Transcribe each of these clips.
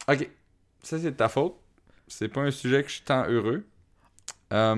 Ok, ça c'est de ta faute. C'est pas un sujet que je suis tant heureux. Ça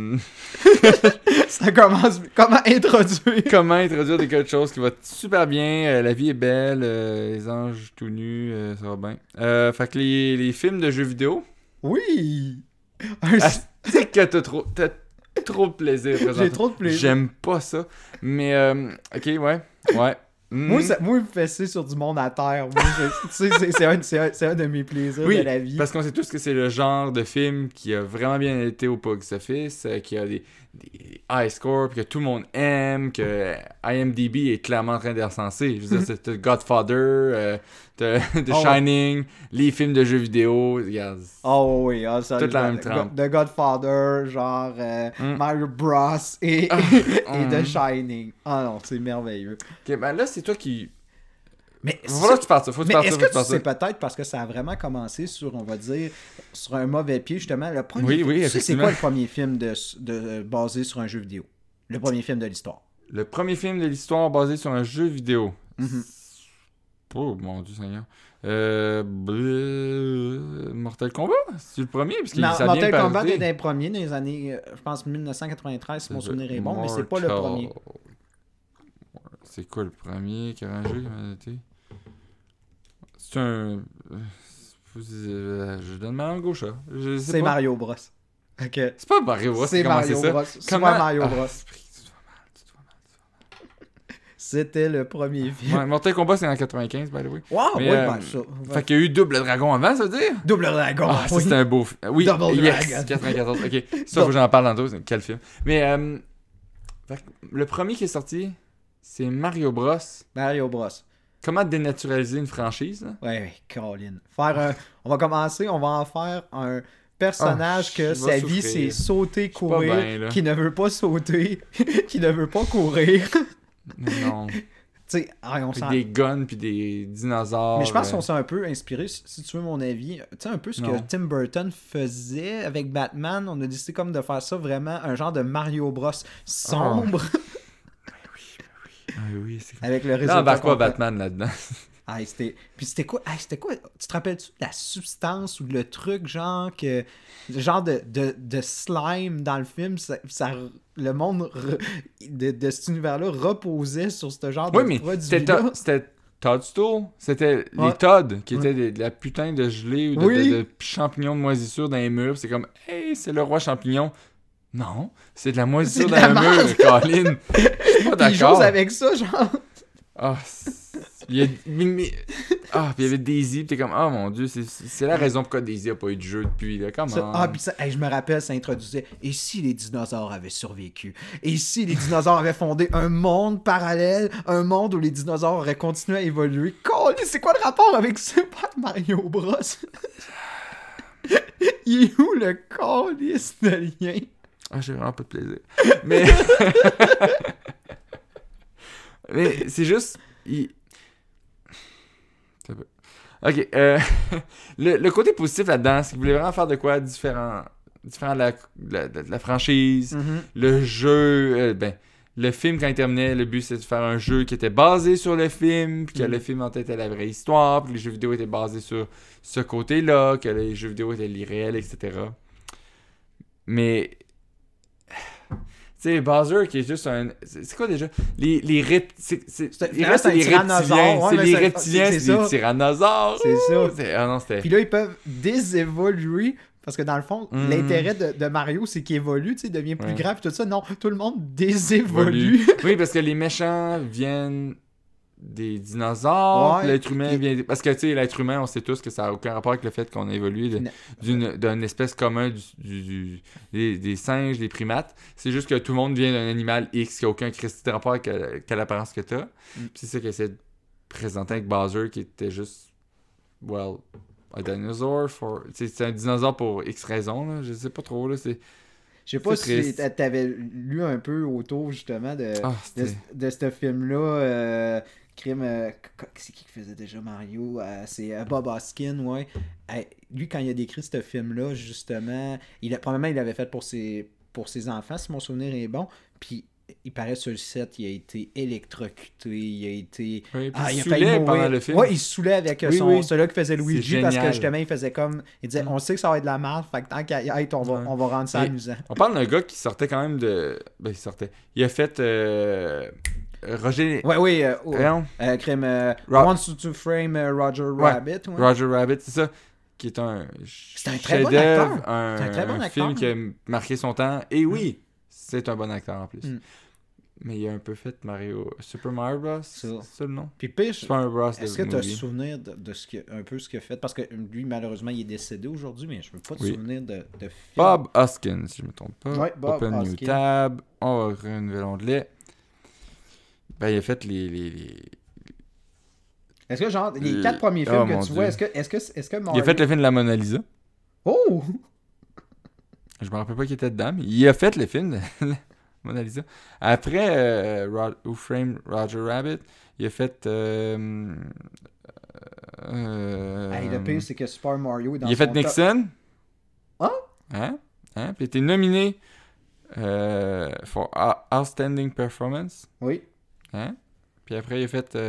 commence... Comment introduire? Comment introduire quelque chose qui va super bien, la vie est belle, les anges tout nus, ça va bien. Fait que les films de jeux vidéo, Oui! c'est que t'as trop de plaisir présentement. J'ai trop de plaisir. J'aime pas ça, mais ok, ouais. Moi, il me fesser sur du monde à terre. Moi, tu sais, c'est un de mes plaisirs de la vie. Parce qu'on sait tous que c'est le genre de film qui a vraiment bien été au box office, qui a des high scores, puis que tout le monde aime, que IMDb est clairement en train de recenser. Je veux dire, t'as Godfather, t'as The Shining, les films de jeux vidéo, regarde. Oh oui, ça, toute la même trempe. The Godfather, genre Mario Bros. et The Shining. Ah non, c'est merveilleux. Ok, ben là, c'est toi qui... Mais faut que tu partes ça, faut que tu partes ça. Est-ce que c'est peut-être parce que ça a vraiment commencé sur, on va dire, sur un mauvais pied, justement, le premier film, tu sais, c'est quoi le premier film basé sur un jeu vidéo? Le premier film de l'histoire. Le premier film de l'histoire basé sur un jeu vidéo. Oh mon Dieu Seigneur. Mortal Kombat? C'est le premier? Parce non, Mortal Kombat est un premier dans les années, je pense, 1993, si mon souvenir est bon, mais c'est pas le premier. C'est quoi le premier qui a un jeu qui m'a été? C'est un... Je donne ma langue au chat. C'est Mario Bros. Okay. C'est pas Mario Bros. C'est Mario Bros. Comment... Mario Bros. C'était le premier film. Ouais, Mortal Kombat, c'est en 95, by the way. Wow, mais, ben ça. Fait qu'il y a eu Double Dragon avant, ça veut dire? Double Dragon, ça, c'était un beau film. Oui, Double yes, Dragon. 94, ok. Ça, faut que j'en parle tantôt, c'est quel film. Mais, fait que le premier qui est sorti, c'est Mario Bros. Mario Bros. Comment dénaturaliser une franchise, là? Ouais, Caroline. On va commencer, on va en faire un personnage que sa vie, c'est sauter, courir, bien, qui ne veut pas sauter, qui ne veut pas courir. Non. Tu sais, on puis des guns, puis des dinosaures. Mais je pense qu'on s'est un peu inspiré, si tu veux mon avis, tu sais, un peu ce que Tim Burton faisait avec Batman. On a décidé comme de faire ça vraiment un genre de Mario Bros sombre. Oui, c'est avec le résultat. Là, embarque pas Batman là-dedans. Puis c'était quoi? Tu te rappelles-tu de la substance ou le truc, genre que genre de slime dans le film, le monde de cet univers-là reposait sur ce genre de produit-là. C'était Toadstool. C'était les Toads qui étaient de la putain de gelée ou de champignons de moisissure dans les murs. C'est comme, hey, c'est le roi champignon. Non, c'est de la moisissure dans le mur, Colin. Je suis pas d'accord. Ils jouent avec ça, genre. Puis il y avait Daisy, pis t'es comme, oh mon Dieu, c'est la raison pourquoi Daisy a pas eu de jeu depuis, là, comment? Puis ça, je me rappelle, ça introduisait, et si les dinosaures avaient survécu? Et si les dinosaures avaient fondé un monde parallèle, un monde où les dinosaures auraient continué à évoluer? C'est quoi le rapport avec Super Mario Bros? Il est où le calice de lien? J'ai vraiment pas de plaisir. Mais... Mais c'est juste... Ok, le côté positif là-dedans, c'est qu'il voulait vraiment faire de quoi différent de la franchise, le jeu, le film quand il terminait, le but c'était de faire un jeu qui était basé sur le film, puis que le film en tête était la vraie histoire, puis les jeux vidéo étaient basés sur ce côté-là, que les jeux vidéo étaient l'irréel, etc. Mais... Tu sais, Bowser qui est juste un... C'est quoi déjà? Les reptiliens. C'est les reptiliens, c'est des tyrannosaures. C'est ça. Puis là, ils peuvent désévoluer. Parce que dans le fond, l'intérêt de Mario, c'est qu'il évolue, tu sais, devient plus grand et tout ça. Non, tout le monde désévolue. Oui, parce que les méchants viennent des dinosaures, l'être humain vient... Parce que, tu sais, l'être humain, on sait tous que ça n'a aucun rapport avec le fait qu'on a évolué d'une espèce commune des singes, des primates. C'est juste que tout le monde vient d'un animal X qui n'a aucun rapport avec l'apparence que tu as. C'est ça qu'il essaie de présenter avec Bowser, qui était juste... Well, a dinosaur for... C'est un dinosaure pour X raisons, là. Je sais pas trop, là. Je sais pas si t'avais lu un peu autour, justement, de ce film-là... c'est qui faisait déjà Mario? C'est Bob Hoskin, ouais. Lui, quand il a décrit ce film-là, justement, probablement il l'avait fait pour ses enfants, si mon souvenir est bon. Puis il paraît sur le set, il a été électrocuté, il a été... Oui, puis il il a se failli saoulait mourir. pendant le film. Ouais, il se saoulait avec celui-là qui faisait Luigi, C'est parce que génial. justement, il faisait comme... Il disait, on sait que ça va être de la merde, fait que tant qu'à y être, on va rendre ça Mais amusant. On parle d'un gars qui sortait quand même de... Ben, il sortait. Il a fait... Roger... Oui, Voyons. crime... Ro- Wants to Frame Roger Rabbit. Ouais. Roger Rabbit, c'est ça. Qui est un C'est un très bon chef-d'œuvre, acteur. C'est un très bon acteur. film qui a marqué son temps. Et oui, c'est un bon acteur en plus. Mm. Mais il a un peu fait Super Mario Bros. Ça. C'est ça le nom? Puis pire, Super Mario Bros. est-ce que tu as souvenir de un peu ce qu'il a fait? Parce que lui, malheureusement, il est décédé aujourd'hui, mais je ne peux pas te souvenir de film. Bob Hoskins, si je ne me trompe pas. Ouais, Bob Open New Hoskins. Tab. On va ouvrir un nouvel onglet. Ben, il a fait les... Est-ce que, genre, les 4 premiers films mon que tu Dieu. vois, est-ce que Mario... Il a fait le film de la Mona Lisa. Oh! Je me rappelle pas qu'il était dedans, mais il a fait le film de la Mona Lisa. Après Who Framed Roger Rabbit, il a fait... Hey, le pire, c'est que Super Mario est dans il a fait son Nixon. Hein? Hein? Puis il a été nominé for Outstanding Performance. Oui. Hein? Puis après, il a fait...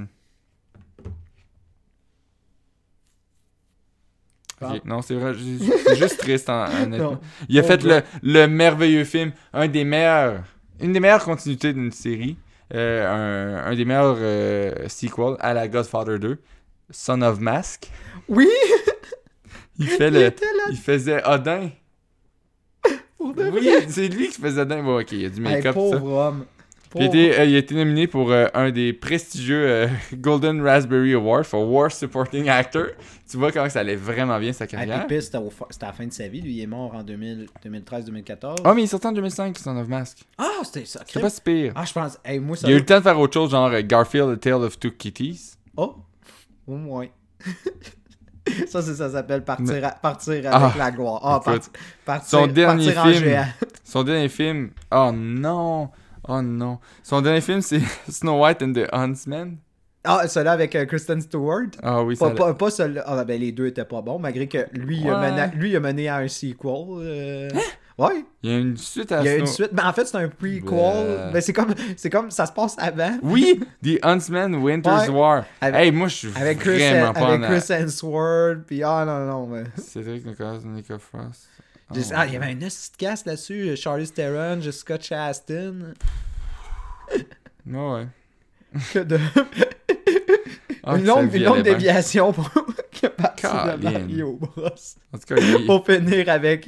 Ok, non, c'est vrai, c'est juste triste, honnêtement. Non. Il a Oh, fait bro. le merveilleux film, une des meilleures continuités d'une série, un des meilleurs sequels à la Godfather 2, Son of Mask. Oui! Il fait était là il faisait Odin. pour de Oui, vrai. c'est lui qui faisait Odin. Bon, ok, il y a du Hey, make-up, tout ça. pauvre homme. Puis il a été nominé pour un des prestigieux Golden Raspberry Awards for Worst Supporting Actor. Tu vois comment ça allait vraiment bien sa Hey, carrière. puis c'était à la fin de sa vie. Lui, il est mort en 2013-2014. Ah, mais il est sorti en 2005, Son of Mask. Ah, c'était ça. C'est pas si pire. Ah, je pense... Hey, moi, ça... Il a eu le temps de faire autre chose, genre Garfield, A Tale of Two Kitties. Oh! Au moins. Ça s'appelle partir avec Ah, la gloire. Ah, écoute, partir son dernier partir en film. géant. Son dernier film. Oh non! Oh non. Son dernier film, c'est Snow White and the Huntsman. Ah, celui-là avec Kristen Stewart. Ah oui, ça. Pas celui-là. Ah, ben les deux étaient pas bons, malgré que lui, il a mené à un sequel. Ouais. Il y a une suite à Il y a une Snow... suite. Ben, en fait, c'est un prequel. Ouais. Ben, c'est comme ça se passe avant. Oui! The Huntsman Winter's Ouais. War. Avec- Hey, moi, je suis Avec Chris, vraiment pas avec en... Chris Hemsworth. Puis non. Mais... Cédric Nicolas, Nicolas Frost. Oh, il y avait un petit cast là-dessus. Charlize Theron, Jessica Chastain. ouais. Que de... Ah, une sa longue, vie une longue allait bien. déviation pour partir de Caroline. Mario Bros. En tout cas, il... Pour finir avec...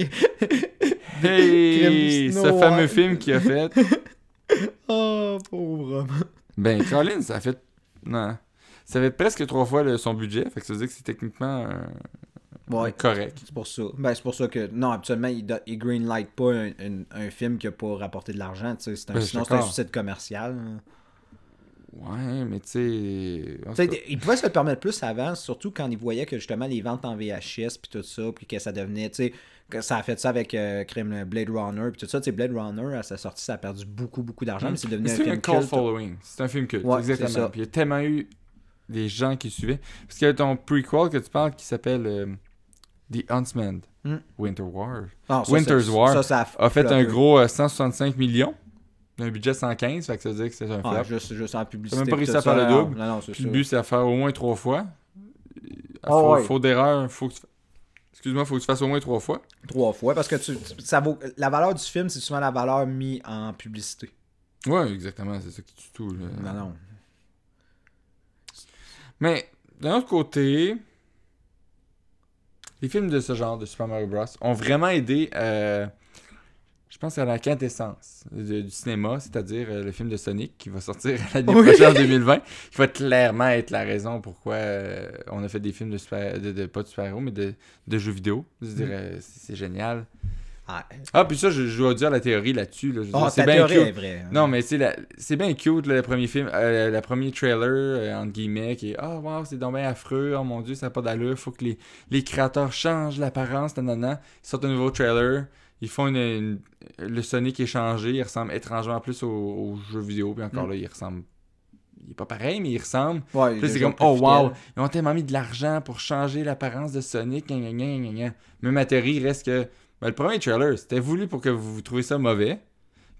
Hey! Crime Ce Snow fameux White. film qu'il a fait. Oh, pauvre homme. Ben, Colin, ça a fait... Non. Ça fait presque 3 fois son budget. Fait que ça veut dire que c'est techniquement Ouais. correct. C'est pour ça. Ben, c'est pour ça que... Non, habituellement, il greenlight pas un film qui a pas rapporté de l'argent. Tu sais, Ben, sinon, je suis c'est un d'accord. succès commercial. Ouais, mais tu sais... en Tu sais, tout cas, il pouvait se le permettre plus avant, surtout quand il voyait que justement les ventes en VHS puis tout ça, puis que ça devenait, tu sais, que ça a fait ça avec Blade Runner puis tout ça. Tu sais, Blade Runner, à sa sortie, ça a perdu beaucoup d'argent, mais c'est devenu un c'est un film cult culte. following. C'est un film culte, Ouais, exactement. c'est ça. Puis il y a tellement eu des gens qui suivaient. Parce qu'il y a ton prequel que tu parles qui s'appelle The Huntsman Hmm. Winter War. Ah, ça, Winter's War ça a fait un floppé. gros 165 millions. Un budget 115, fait que ça veut dire que c'est un flop. Ah, juste en publicité. T'as même pas réussi tout à faire ça, le double. Non, c'est Puis ça. le but, c'est à faire au moins 3 fois. Ah, ouais. Faut d'erreur, faut que tu... Excuse-moi, faut que tu fasses au moins 3 fois. 3 fois, parce que ça vaut... La valeur du film, c'est souvent la valeur mise en publicité. Ouais, exactement, c'est ça qui tue tout. Là. Non. Mais, d'un autre côté, les films de ce genre, de Super Mario Bros, ont vraiment aidé, je pense, à la quintessence du cinéma, c'est-à-dire le film de Sonic qui va sortir l'année prochaine en 2020, qui va clairement être la raison pourquoi on a fait des films pas de super-héros, mais de jeux vidéo. Je veux dire, c'est génial. Ah, puis ça, je dois dire la théorie là-dessus. Là. Je veux dire, Ta théorie est vraie. Hein. Non, mais c'est bien cute, là, le premier film, le premier trailer, entre guillemets, qui est « Ah, wow, c'est donc bien affreux, oh mon Dieu, ça n'a pas d'allure, faut que les créateurs changent l'apparence, nanana. » Ils sortent un nouveau trailer, ils font le Sonic est changé, il ressemble étrangement plus aux jeux vidéo, puis encore là, il ressemble... Il est pas pareil, mais il ressemble. Ouais, Puis là, c'est comme « Oh, wow, ils ont tellement mis de l'argent pour changer l'apparence de Sonic, gna, gna, gna, gna. » Mais ma théorie reste que... Ben, le premier trailer, c'était voulu pour que vous trouviez ça mauvais,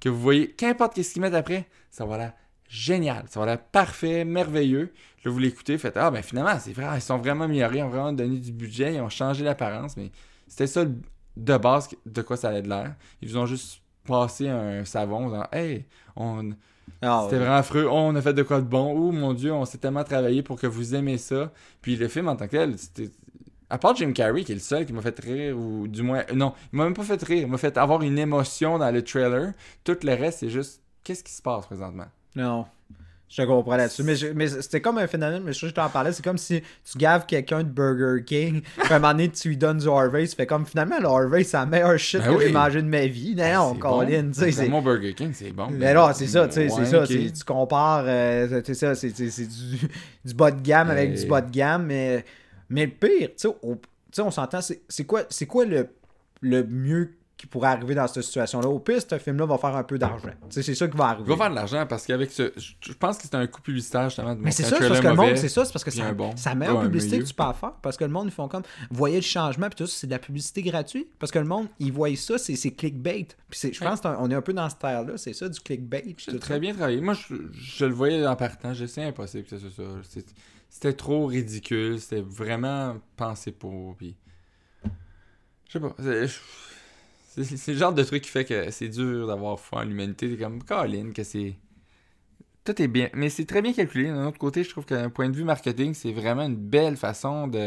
que vous voyez, qu'importe ce qu'ils mettent après, ça va l'air génial, ça va l'air parfait, merveilleux. Là, vous l'écoutez, faites ben finalement, c'est vrai, ils sont vraiment améliorés, ils ont vraiment donné du budget, ils ont changé l'apparence, mais c'était ça de base de quoi ça allait de l'air. Ils vous ont juste passé un savon, genre, hey, c'était vraiment affreux, on a fait de quoi de bon, oh mon Dieu, on s'est tellement travaillé pour que vous aimez ça. Puis le film en tant que tel, c'était. À part Jim Carrey, qui est le seul qui m'a fait rire, ou du moins. Non, il m'a même pas fait rire, il m'a fait avoir une émotion dans le trailer. Tout le reste, c'est juste, qu'est-ce qui se passe présentement? Non. Je te comprends là-dessus. Mais c'était comme un phénomène, mais je t'en parlais, c'est comme si tu gaves quelqu'un de Burger King, puis à un moment donné, tu lui donnes du Harvey, ça fait comme finalement, le Harvey, c'est la meilleure shit que j'ai mangé de ma vie. Non, Colin, tu sais. C'est mon Burger King, c'est bon. Mais non, c'est ça, tu sais, c'est ça. Tu compares, c'est ça, c'est du bas de gamme avec du bas de gamme, mais le pire, tu sais, on s'entend, c'est quoi le mieux qui pourrait arriver dans cette situation-là? Au pire, ce film-là va faire un peu d'argent. C'est ça qui va arriver. Il va faire de l'argent parce qu'avec je pense que c'est un coup publicitaire justement. Mais c'est ça, c'est parce que le monde, c'est parce que c'est la meilleure publicité que tu peux faire. Parce que le monde, ils font comme, vous voyez le changement, puis tout ça, c'est de la publicité gratuite. Parce que le monde, ils voient ça, c'est clickbait. Puis je pense qu'on est un peu dans cette ère-là, c'est ça, du clickbait. C'est très bien travaillé. Moi, je le voyais en partant, c'est impossible que ça soit ça. C'était trop ridicule, c'était vraiment pensé pour, puis je sais pas, c'est le genre de truc qui fait que c'est dur d'avoir foi en l'humanité. C'est comme Colin, que c'est. Tout est bien. Mais c'est très bien calculé. D'un autre côté, je trouve qu'un point de vue marketing, c'est vraiment une belle façon de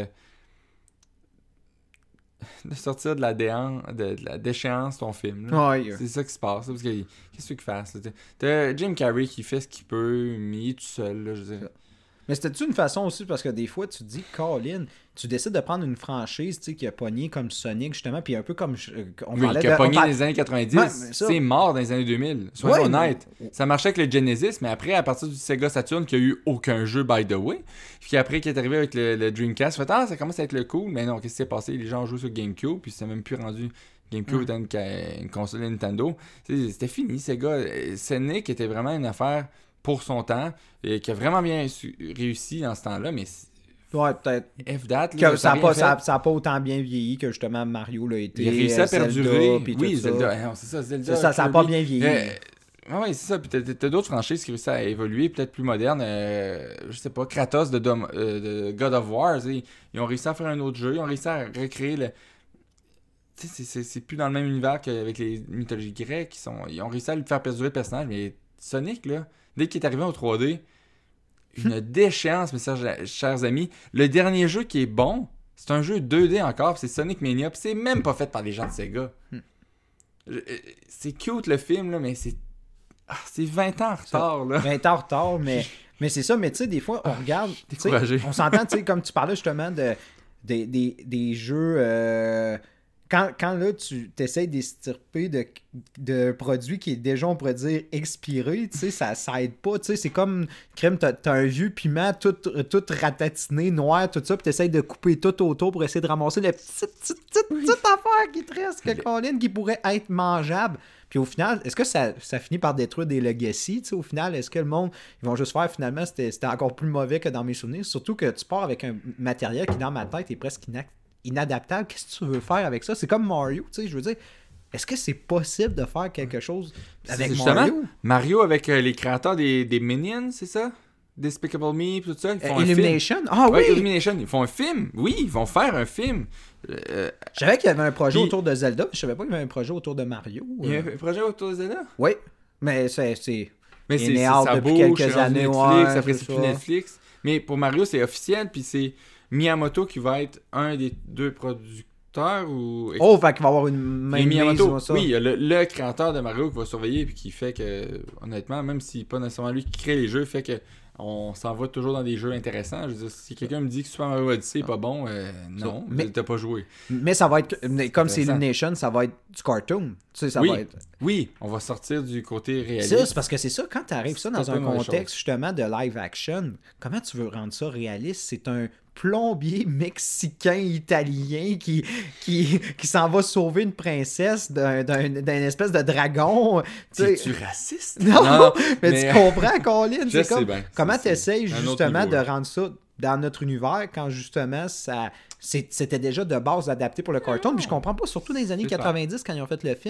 sortir de la déchéance ton film. Ouais. C'est ça qui se passe. Parce que qu'est-ce qu'il fasse? T'as Jim Carrey qui fait ce qu'il peut, mais il est tout seul. Là, je veux dire. Mais c'était-tu une façon aussi, parce que des fois, tu te dis, Colin, tu décides de prendre une franchise qui a pogné comme Sonic, justement, puis un peu comme... Qui a pogné dans les années 90. Ouais, c'est mort dans les années 2000. Soyons honnêtes. Ça marchait avec le Genesis, mais après, à partir du Sega Saturn, qui a eu aucun jeu, by the way, puis après, qui est arrivé avec le Dreamcast, ça commence à être le cool, mais non, qu'est-ce qui s'est passé? Les gens jouent sur GameCube, puis c'est même plus rendu... GameCube étant une console Nintendo. C'était fini, Sega. Sonic était vraiment une affaire... pour son temps, et qui a vraiment bien réussi dans ce temps-là, mais ouais, peut-être. F-Date, ça n'a pas autant bien vieilli que justement Mario l'a été. Il a réussi à perdurer. Oui, Zelda. Non, c'est ça, Zelda. Ça n'a pas bien vieilli. Oui, c'est ça. Puis t'as d'autres franchises qui réussissent à évoluer, peut-être plus modernes. Je sais pas, Kratos de God of War, ils ont réussi à faire un autre jeu, ils ont réussi à recréer le... Tu sais, c'est plus dans le même univers qu'avec les mythologies grecques. Ils ont réussi à lui faire perdurer le personnage, mais Sonic, là, dès qu'il est arrivé en 3D, une déchéance, mes chers amis. Le dernier jeu qui est bon, c'est un jeu 2D encore, c'est Sonic Mania, puis c'est même pas fait par les gens de Sega. C'est cute le film, là, mais c'est 20 ans en retard. Là. 20 ans en retard, mais c'est ça, mais tu sais, des fois, on regarde, on s'entend, tu sais, comme tu parlais justement des jeux... Quand là, tu t'essayes d'extirper de produits qui est déjà, on pourrait dire, expiré, tu sais, ça aide pas, tu sais, c'est comme, crème, t'as un vieux piment tout ratatiné, noir, tout ça, puis t'essayes de couper tout autour pour essayer de ramasser la petite affaire qui te reste, Colin, qui pourrait être mangeable. Puis au final, est-ce que ça finit par détruire des legacy, tu sais, au final, est-ce que le monde, ils vont juste faire, finalement, c'était encore plus mauvais que dans mes souvenirs, surtout que tu pars avec un matériel qui, dans ma tête, est presque inadaptable. Qu'est-ce que tu veux faire avec ça? C'est comme Mario, tu sais, je veux dire, est-ce que c'est possible de faire quelque chose avec Mario? Mario avec les créateurs des Minions, c'est ça? Despicable Me, tout ça, ils font Illumination? Un film. Ah oui! Ouais, Illumination, ils font un film. Oui, ils vont faire un film. Je savais qu'il y avait un projet autour de Zelda, mais je savais pas qu'il y avait un projet autour de Mario. Il y a un projet autour de Zelda? Oui, mais c'est ça depuis bouge, quelques années. Netflix, après c'est plus Netflix. Mais pour Mario, c'est officiel, puis c'est Miyamoto qui va être un des deux producteurs ou... Oh, fait qu'il va avoir une même Miyamoto, ça. Oui, il y a le créateur de Mario qui va surveiller puis qui fait que, honnêtement, même si pas nécessairement lui qui crée les jeux, fait que on s'en va toujours dans des jeux intéressants. Je veux dire, si quelqu'un me dit que Super Mario Odyssey est pas bon, non, mais t'as pas joué. Mais ça va être, comme c'est Illumination, ça va être du cartoon. Tu sais, ça va être... Oui, on va sortir du côté réaliste. Ça, c'est parce que c'est ça, quand t'arrives ça dans un contexte justement de live action, comment tu veux rendre ça réaliste? C'est un plombier mexicain-italien qui s'en va sauver une princesse d'un espèce de dragon. Es-tu raciste? Non, mais tu comprends, Colin? Je sais bien. Comment tu essayes justement de rendre ça dans notre univers quand justement c'était déjà de base adapté pour le cartoon. Puis je comprends pas, surtout dans les années 90 quand ils ont fait le film,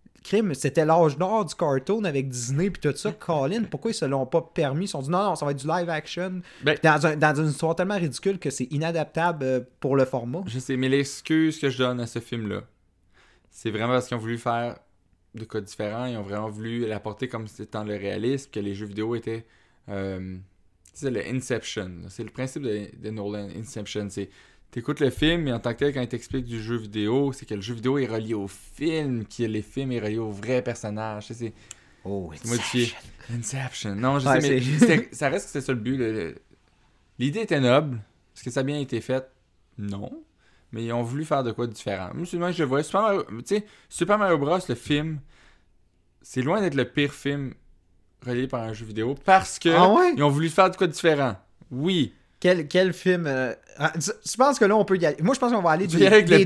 crime, c'était l'âge d'or du cartoon avec Disney puis tout ça. Colin, pourquoi ils se l'ont pas permis? Ils se sont dit non, ça va être du live action. Dans une histoire tellement ridicule que c'est inadaptable pour le format. Je sais, mais l'excuse que je donne à ce film-là, c'est vraiment parce qu'ils ont voulu faire de quoi différents. Ils ont vraiment voulu l'apporter comme étant le réalisme, que les jeux vidéo étaient... c'est le Inception. C'est le principe de Nolan, Inception. C'est... T'écoutes le film, mais en tant que tel, quand il t'explique du jeu vidéo, c'est que le jeu vidéo est relié au film, que les films est relié au vrai personnage. C'est modifié. Inception. Non, je sais, mais ça reste que c'est ça le but. L'idée était noble. Est-ce que ça a bien été fait? Non. Mais ils ont voulu faire de quoi de différent. Moi, souvent, je le vois. Super Mario Bros, le film, c'est loin d'être le pire film relié par un jeu vidéo parce que ils ont voulu faire de quoi de différent. Oui. Quel film je pense que là on peut y aller. Moi je pense qu'on va aller les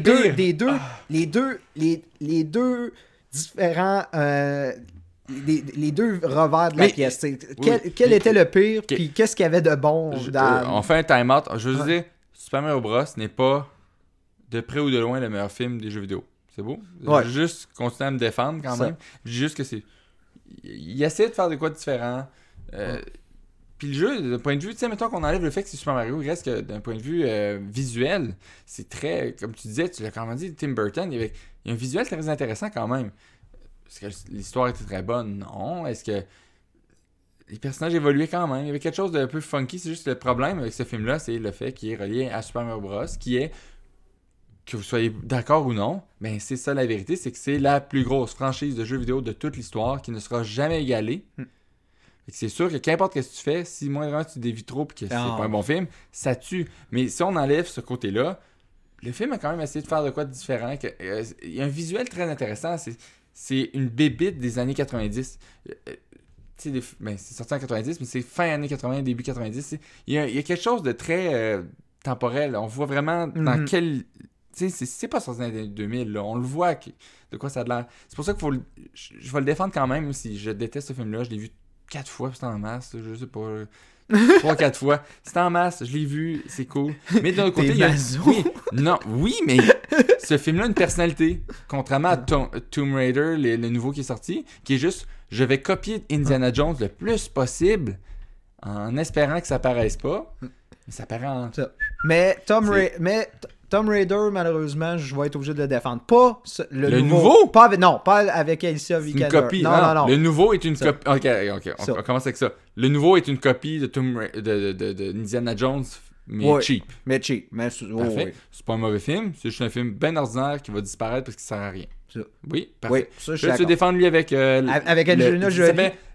deux différents les deux revers de la pièce. Quel était le pire puis qu'est-ce qu'il y avait de bon dans... On fait un time-out. Je veux dire, Super Mario Bros n'est pas de près ou de loin le meilleur film des jeux vidéo. C'est beau? Ouais. Je veux juste continuer à me défendre quand même. Je dis juste que c'est... Il essaie de faire de quoi de différent. Puis le jeu, d'un point de vue, tu sais, mettons qu'on enlève le fait que c'est Super Mario, il reste que d'un point de vue visuel, c'est très, comme tu disais, tu l'as quand même dit, Tim Burton, il y a un visuel très intéressant quand même. Est-ce que l'histoire était très bonne? Non. Est-ce que les personnages évoluaient quand même? Il y avait quelque chose d'un peu funky, c'est juste le problème avec ce film-là, c'est le fait qu'il est relié à Super Mario Bros, qui est, que vous soyez d'accord ou non, ben c'est ça la vérité, c'est que c'est la plus grosse franchise de jeux vidéo de toute l'histoire qui ne sera jamais égalée. C'est sûr que qu'importe ce que tu fais, si moindrement tu dévies trop et que c'est pas un bon film, ça tue. Mais si on enlève ce côté-là, le film a quand même essayé de faire de quoi de différent. Il y a un visuel très intéressant. C'est une bébite des années 90. C'est sorti en 90, mais c'est fin années 80, début 90. Il y a quelque chose de très temporel. On voit vraiment dans quel... C'est pas sur les années 2000, là. On le voit de quoi ça a l'air. C'est pour ça qu'il faut... Je vais le défendre quand même, si je déteste ce film-là. Je l'ai vu 4 fois, c'est en masse, je sais pas. 3-4 fois. C'est en masse, je l'ai vu, c'est cool. Mais d'un autre côté, il y a... Oui, mais ce film-là a une personnalité. Contrairement à Tomb Raider, le nouveau qui est sorti, qui est juste, je vais copier Indiana Jones le plus possible en espérant que ça paraisse pas. Mais ça paraît en... Mais Tomb Raider, malheureusement, je vais être obligé de le défendre. Pas le nouveau? Pas avec Alicia Vikander. Une copie. Non. Le nouveau est une copie. Ok. On commence avec ça. Le nouveau est une copie de Indiana Jones, mais cheap. Parfait. Oui. C'est pas un mauvais film. C'est juste un film bien ordinaire qui va disparaître parce qu'il sert à rien. Oui, parfait. Oui, ça, je vais te défendre lui avec... avec Angelina Jolie. Ça s'appelle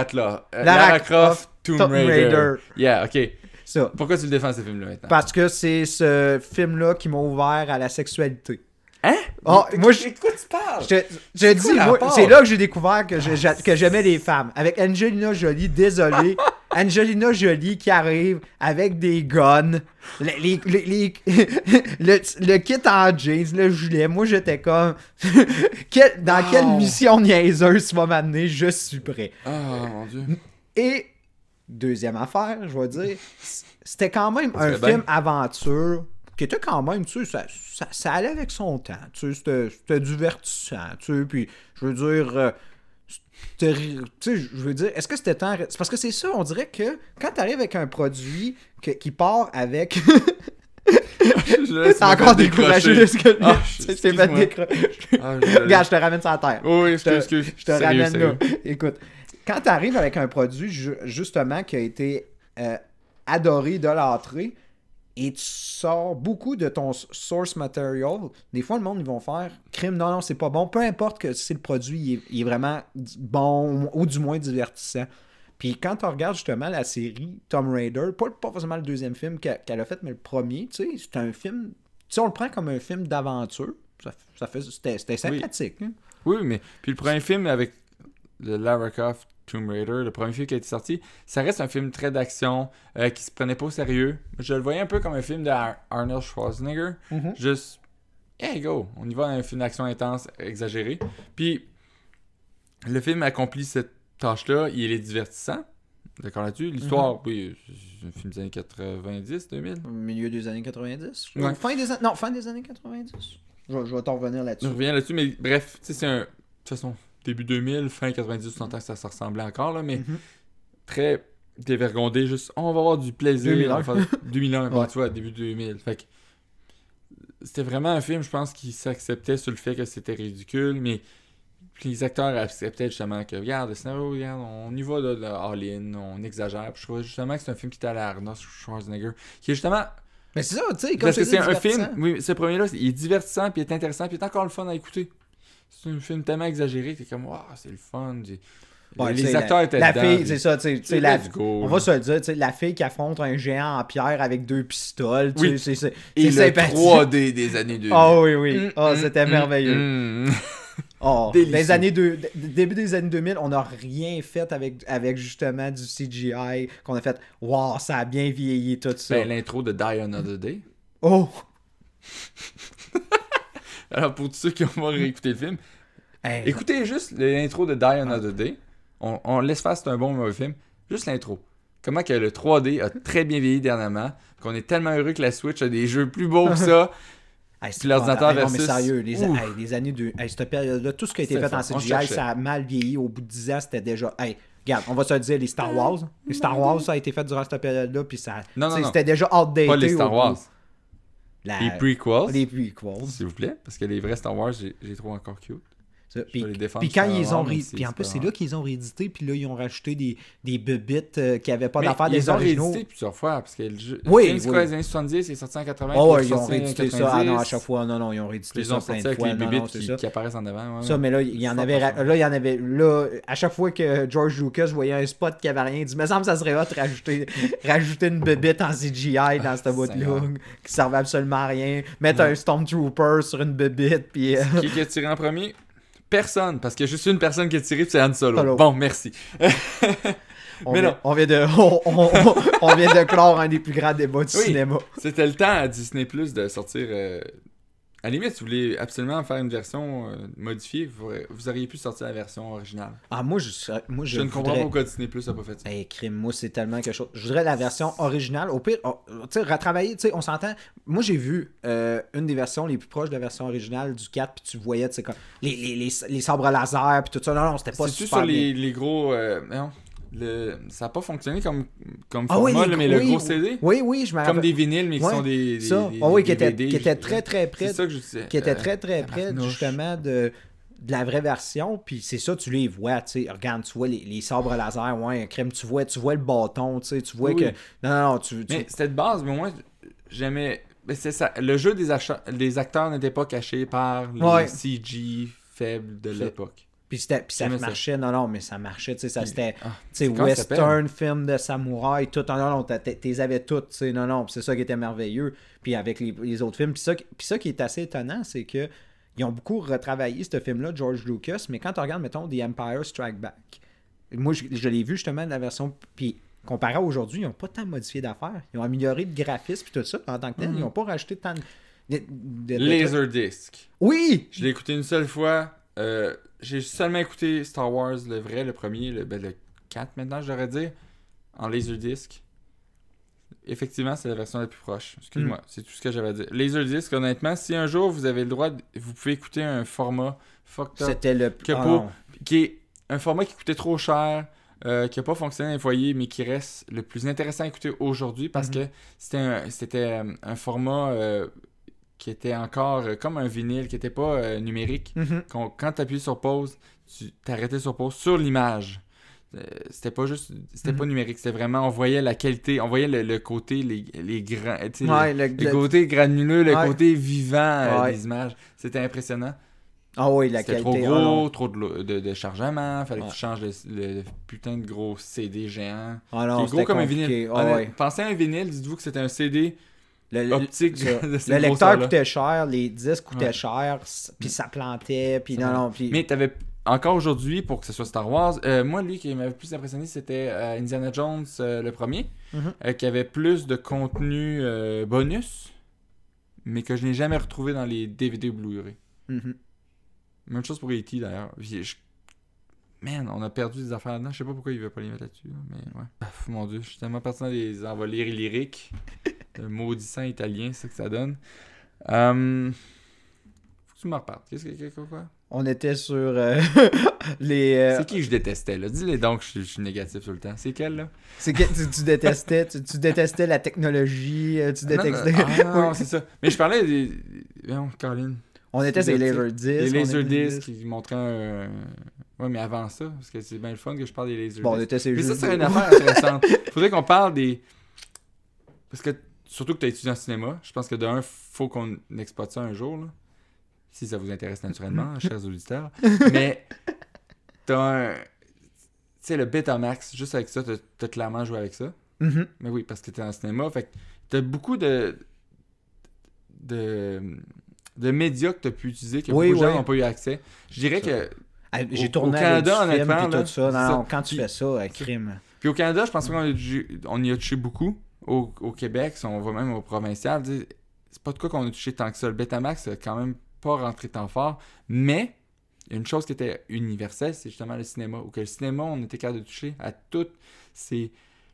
Lara Croft, Tomb Raider. Yeah, ok. Ça. Pourquoi tu le défends ce film-là maintenant? Parce que c'est ce film-là qui m'a ouvert à la sexualité. Hein? Moi, de quoi tu parles? Je dis, moi, c'est là que j'ai découvert que j'aimais les femmes. Avec Angelina Jolie, désolé. Angelina Jolie qui arrive avec des guns, le kit en jeans, le gilet. Moi, j'étais comme... dans quelle mission niaiseuse tu vas m'amener? Je suis prêt. Oh, mon Dieu. Et... deuxième affaire, je vais dire, c'était quand même un film aventure qui était quand même, tu sais, ça allait avec son temps, tu sais, c'était divertissant, tu sais, puis je veux dire, est-ce que c'était temps... C'est parce que c'est ça, on dirait que quand t'arrives avec un produit qui part avec... T'as encore découragé de ce que tu t'es fait décrocher. Regarde, je te ramène ça à terre. Oui, excuse. Je te ramène là. Écoute, quand tu arrives avec un produit justement qui a été adoré, idolâtré, et tu sors beaucoup de ton source material, des fois le monde ils vont faire crime, non, c'est pas bon, peu importe que si le produit il est vraiment bon ou du moins divertissant. Puis quand tu regardes justement la série Tomb Raider, pas forcément le deuxième film qu'elle a fait, mais le premier, tu sais, c'est un film, tu sais, on le prend comme un film d'aventure, c'était sympathique. Oui. Hein? Oui, mais puis le premier film avec le Lara Croft Tomb Raider, le premier film qui a été sorti, ça reste un film très d'action, qui se prenait pas au sérieux. Je le voyais un peu comme un film de Arnold Schwarzenegger. Mm-hmm. Juste, hey go, on y va dans un film d'action intense, exagéré. Puis, le film accomplit cette tâche-là, il est divertissant. D'accord là-dessus. L'histoire, oui, c'est un film des années 90, 2000. Au milieu des années 90. Ouais. Fin des années 90. Je vais t'en revenir là-dessus. Je reviens là-dessus, mais bref, tu sais, toute façon, début 2000, fin 90, on entend que ça se ressemblait encore, là, mais très dévergondé, juste, on va avoir du plaisir. 2001, bon, tu vois, début 2000. Fait que c'était vraiment un film, je pense, qui s'acceptait sur le fait que c'était ridicule, mais les acteurs acceptaient justement que, regarde, le scénario, regarde, on y va de all-in, on exagère. Puis je trouvais justement que c'est un film qui était à la Arnold Schwarzenegger, qui est justement... Mais c'est ça, tu sais, comme parce que je te c'est dis, un film, oui, ce premier-là, il est divertissant, puis il est intéressant, puis il est encore le fun à écouter. C'est un film tellement exagéré que t'es comme, waouh, c'est le fun. Ouais, les acteurs étaient la dedans. Fille, c'est ça, tu sais, on va là. se le dire, tu sais, la fille qui affronte un géant en pierre avec 2 pistoles, tu Oui. sais, c'est Et le sympathique. 3D des années 2000. Oh oui. C'était merveilleux. Début des années 2000, on n'a rien fait avec justement du CGI, qu'on a fait, wow, ça a bien vieilli tout ça. Ben, l'intro de Die Another Day. Oh! Alors, pour tous ceux qui vont réécouter le film, écoutez juste l'intro de Die Another Day. On laisse faire, c'est un bon mauvais film. Juste l'intro. Comment que le 3D a très bien vieilli dernièrement, qu'on est tellement heureux que la Switch a des jeux plus beaux que ça. Puis l'ordinateur versus... Non, mais sérieux, les années de... cette période-là, tout ce qui a été fait en CGI, ça a mal vieilli. Au bout de 10 ans, c'était déjà... Regarde, on va se dire, les Star Wars. Les Star Wars, ça a été fait durant cette période-là, puis ça... Non. C'était déjà outdated. Pas les Star Wars. Les prequels. Les prequels. S'il vous plaît, parce que les vrais Star Wars, j'ai trouvé encore cute. Puis quand ils ont puis en plus c'est là qu'ils ont réédité, puis là ils ont rajouté des bébites qui n'avaient pas d'affaires des originaux. Ils ont réédité plusieurs fois parce que le jeu les années 70, il est sorti en 80. Ils ont réédité ça. Ah non, à chaque fois non, ils ont réédité ça plein de fois. Les bébites qui apparaissent en avant. Ça, mais là il y en avait à chaque fois que George Lucas voyait un spot qui avait rien, il dit me semble ça serait hot rajouter une bébite en CGI dans cette boîte-là qui servait absolument à rien, mettre un Stormtrooper sur une bébite puis qui a tiré en premier? Personne, parce qu'il y a juste une personne qui a tiré, puis c'est Han Solo. Bon, merci. On vient de clore un des plus grands débats du cinéma. C'était le temps à Disney Plus de sortir. À la limite, si vous voulez absolument faire une version modifiée, vous auriez pu sortir la version originale. Ah, moi, je ne comprends pas pourquoi Disney Plus n'a pas fait ça. Crime, moi, c'est tellement quelque chose. Je voudrais la version originale. Au pire, tu sais, retravailler, tu sais, on s'entend. Moi, j'ai vu une des versions les plus proches de la version originale du 4, puis tu voyais, tu sais, comme les sabres laser, puis tout ça. Non, c'était pas super. C'est sur les gros. Non. Ça n'a pas fonctionné comme format, mais le gros CD. Oui, je m'en rappelle. Comme des vinyles, mais qui sont des qui étaient très très près. C'est ça que je disais. Qui étaient très très près justement de la vraie version. Puis c'est ça, tu les vois, tu sais. Regarde, tu vois les sabres laser, crème, tu vois le bâton, tu sais. Tu vois que. Non, Mais c'était de base, mais moi, j'aimais. C'est ça. Le jeu des acteurs n'était pas caché par les CG faibles de l'époque. Puis ça marchait, mais ça marchait, tu sais, ça c'était, tu sais, western, film de samouraï, tout, non, t'es avais toutes, tu sais, puis c'est ça qui était merveilleux, puis avec les autres films, puis ça qui est assez étonnant, c'est que ils ont beaucoup retravaillé ce film-là, George Lucas, mais quand tu regardes, mettons, The Empire Strikes Back, moi, je l'ai vu justement de la version, puis comparé à aujourd'hui, ils n'ont pas tant modifié d'affaires, ils ont amélioré le graphisme, puis tout ça, en tant que tel, ils n'ont pas rajouté tant de Laserdisc. Oui! Je l'ai écouté une seule fois, j'ai seulement écouté Star Wars, le vrai, le premier, le 4 maintenant, je devrais dire, en Laserdisc. Effectivement, c'est la version la plus proche. Excuse-moi, c'est tout ce que j'avais à dire. Laserdisc, honnêtement, si un jour vous avez le droit, vous pouvez écouter un format fucked up. C'était le... qui est un format qui coûtait trop cher, qui n'a pas fonctionné dans les foyers, mais qui reste le plus intéressant à écouter aujourd'hui parce que c'était un format... qui était encore comme un vinyle, qui n'était pas numérique. Quand tu appuies sur pause, tu t'arrêtais sur pause sur l'image. C'était pas juste... C'était pas numérique, c'était vraiment... On voyait la qualité, on voyait le côté, les grands... le côté granuleux, le côté vivant des images. C'était impressionnant. Ah oui, la qualité. C'était trop gros, trop de chargement, fallait que tu changes le putain de gros CD géant. C'était gros comme un vinyle. Pensez à un vinyle, dites-vous que c'était un CD... optique le lecteur coûtait cher, les disques coûtaient cher, puis ça plantait, puis puis... Mais t'avais encore aujourd'hui, pour que ce soit Star Wars, moi, lui, qui m'avait plus impressionné, c'était Indiana Jones, le premier, qui avait plus de contenu bonus, mais que je n'ai jamais retrouvé dans les DVD ou Blu-ray. Même chose pour E.T. d'ailleurs. Man, on a perdu des affaires là-dedans. Je sais pas pourquoi il veut pas les mettre là-dessus, mais ouais. Mon Dieu, je suis tellement parti dans des envolées lyriques. Le maudissant italien, c'est ça que ça donne. Faut que tu me repartes. Qu'est-ce que quoi? On était sur les... C'est qui que je détestais, là? Dis-les donc, je suis négatif tout le temps. C'est quel, là? C'est que tu détestais, tu détestais la technologie, tu détestais... Non, c'est ça. Mais je parlais des... Non, Colin. On était sur les laserdiscs. Les laserdiscs qui montraient un... Ouais, mais avant ça, parce que c'est bien le fun que je parle des laserdiscs. Bon, on était sur les mais jeux ça, c'est une vidéo. affaire intéressante. Faudrait qu'on parle des... Parce que, surtout que tu as étudié en cinéma, je pense que d'un, faut qu'on exploite ça un jour, là. Si ça vous intéresse naturellement, chers auditeurs. Mais t'as un... Tu sais, le Betamax, juste avec ça, t'as clairement joué avec ça. Mm-hmm. Mais oui, parce que t'es en cinéma. Fait que t'as beaucoup de médias que t'as pu utiliser, que beaucoup de gens n'ont pas eu accès. Je dirais que... J'ai tourné au Canada, avec du film honnêtement, et tout ça. là, Non, quand tu fais ça, un crime. Puis au Canada, je pense qu'on y a touché beaucoup. Au Québec, si on va même au provincial, c'est pas de quoi qu'on a touché tant que ça. Le Betamax, c'est quand même pas rentré tant fort. Mais, il y a une chose qui était universelle, c'est justement le cinéma. Où que le cinéma, on était capable de toucher à tous ces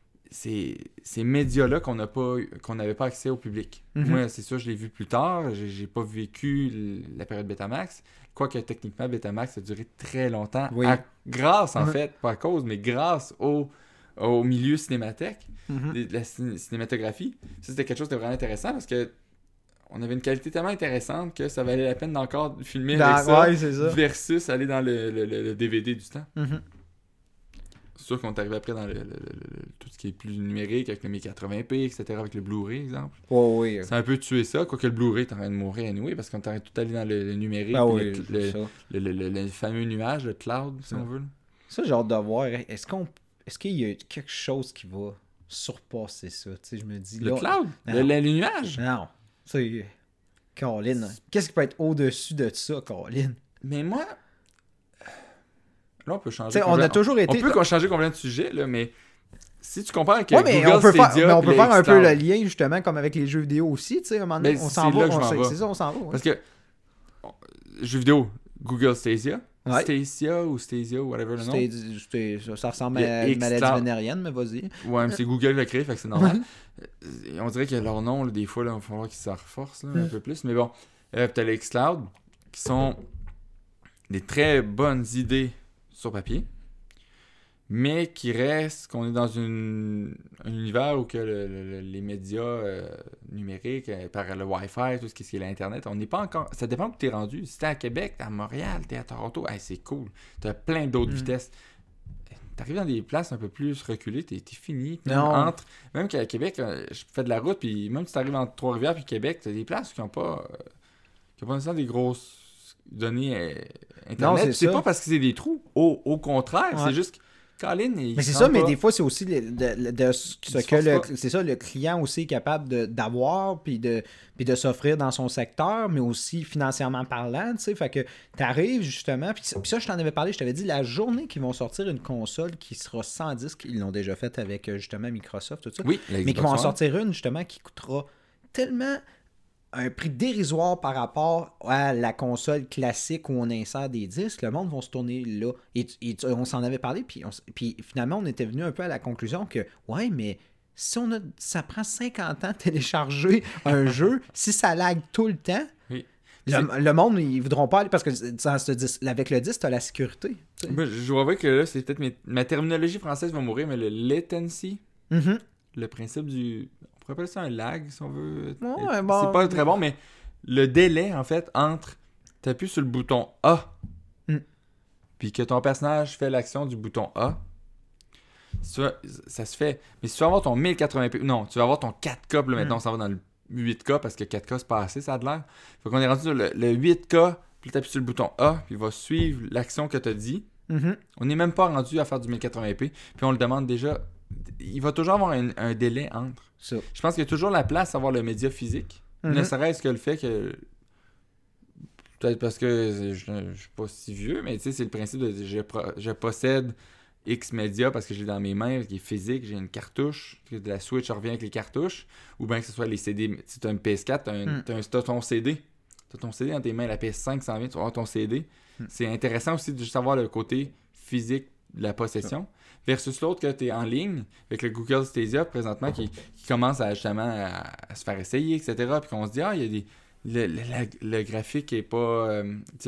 médias-là qu'on n'avait pas accès au public. Mm-hmm. Moi, c'est sûr, je l'ai vu plus tard. J'ai pas vécu la période Betamax. Quoique, techniquement, Betamax a duré très longtemps. Oui. Grâce, en fait, pas à cause, mais grâce au milieu cinémathèque, de la cinématographie. Ça, c'était quelque chose de vraiment intéressant parce que on avait une qualité tellement intéressante que ça valait la peine d'encore filmer avec ça, ouais, c'est ça, versus aller dans le DVD du temps. Mm-hmm. C'est sûr qu'on est arrivé après dans tout ce qui est plus numérique, avec le 1080p, etc., avec le Blu-ray, exemple. Oh, oui. C'est un peu tué ça, quoique le Blu-ray est en train de mourir anyway, parce qu'on est en train de tout aller dans le numérique, Ah oui, le fameux nuage, le cloud, si on veut. Ça, j'ai hâte de voir. Est-ce qu'il y a quelque chose qui va surpasser ça? Tu sais, je me dis... Le là, cloud? Le nuage? Non. C'est... Colin. Qu'est-ce qui peut être au-dessus de ça, Colin? Mais moi... Là, on peut changer. On a toujours été... On peut changer complètement de sujet, là, mais si tu compares avec mais Google on peut Stadia... mais on peut faire un peu Xcloud, le lien, justement, comme avec les jeux vidéo aussi, tu sais, à un moment donné, on s'en va. C'est ça, on s'en va. Ouais. Parce que, jeux vidéo, Google Stadia, Ouais. Stadia, whatever le nom. Ça ressemble à une maladie vénérienne, mais vas-y. Ouais, mais c'est Google qui l'a créé, fait que c'est normal. On dirait que leur nom, là, des fois, là, il va falloir qu'ils se reforcent un peu plus. Mais bon, t'as les Xcloud, qui sont des très bonnes idées sur papier, mais qui reste qu'on est dans un univers où que les médias numériques, par le Wi-Fi, tout ce qui est l'Internet, on n'est pas encore... Ça dépend où tu es rendu. Si t'es à Québec, t'es à Montréal, t'es à Toronto, c'est cool. T'as plein d'autres vitesses. T'arrives dans des places un peu plus reculées, t'es fini. Même qu'à Québec, je fais de la route, puis même si t'arrives entre Trois-Rivières puis Québec, t'as des places qui n'ont pas nécessairement des grosses données Internet. Non, c'est pas parce que c'est des trous. Au contraire, c'est juste... Colin, mais c'est ça, mais des fois, c'est aussi c'est ça, le client aussi est capable d'avoir puis de s'offrir dans son secteur, mais aussi financièrement parlant, tu sais, fait que t'arrives justement, puis ça, je t'en avais parlé, je t'avais dit, la journée qu'ils vont sortir une console qui sera sans disque, ils l'ont déjà fait avec justement Microsoft, tout ça, oui, mais qu'ils vont en sortir une justement qui coûtera tellement un prix dérisoire par rapport à la console classique où on insère des disques, le monde va se tourner là. Et on s'en avait parlé, puis finalement, on était venu un peu à la conclusion que, ouais, mais si ça prend 50 ans de télécharger un jeu, si ça lag tout le temps, oui. Le monde, ils voudront pas aller, parce que avec le disque, t'as la sécurité. Moi, je vois que là, c'est peut-être ma terminologie française va mourir, mais le latency, le principe du... On pourrait appeler ça un lag, si on veut. Ouais, bon, c'est pas très bon, mais le délai, en fait, entre t'appuies sur le bouton A puis que ton personnage fait l'action du bouton A, ça se fait. Mais si tu vas avoir ton 1080p... Non, tu vas avoir ton 4K, puis là, maintenant, on s'en va dans le 8K, parce que 4K, c'est pas assez, ça a de l'air. Fait qu'on est rendu sur le 8K, puis t'appuies sur le bouton A, puis il va suivre l'action que t'as dit. On n'est même pas rendu à faire du 1080p, puis on le demande déjà... Il va toujours avoir un délai entre. Ça. Je pense qu'il y a toujours la place à avoir le média physique. Ne serait-ce que le fait que... Peut-être parce que je suis pas si vieux, mais tu sais, c'est le principe de je possède X média parce que j'ai dans mes mains, qui est physique, j'ai une cartouche, de la Switch revient avec les cartouches, ou bien que ce soit les CD. Si tu as une PS4, t'as ton CD. Tu as ton CD dans tes mains, la PS5 s'en vient, tu vas avoir ton CD. C'est intéressant aussi de savoir le côté physique de la possession. Versus l'autre que tu es en ligne avec le Google Stadia présentement qui commence à justement à se faire essayer, etc. Puis qu'on se dit, il y a des. Le graphique est pas.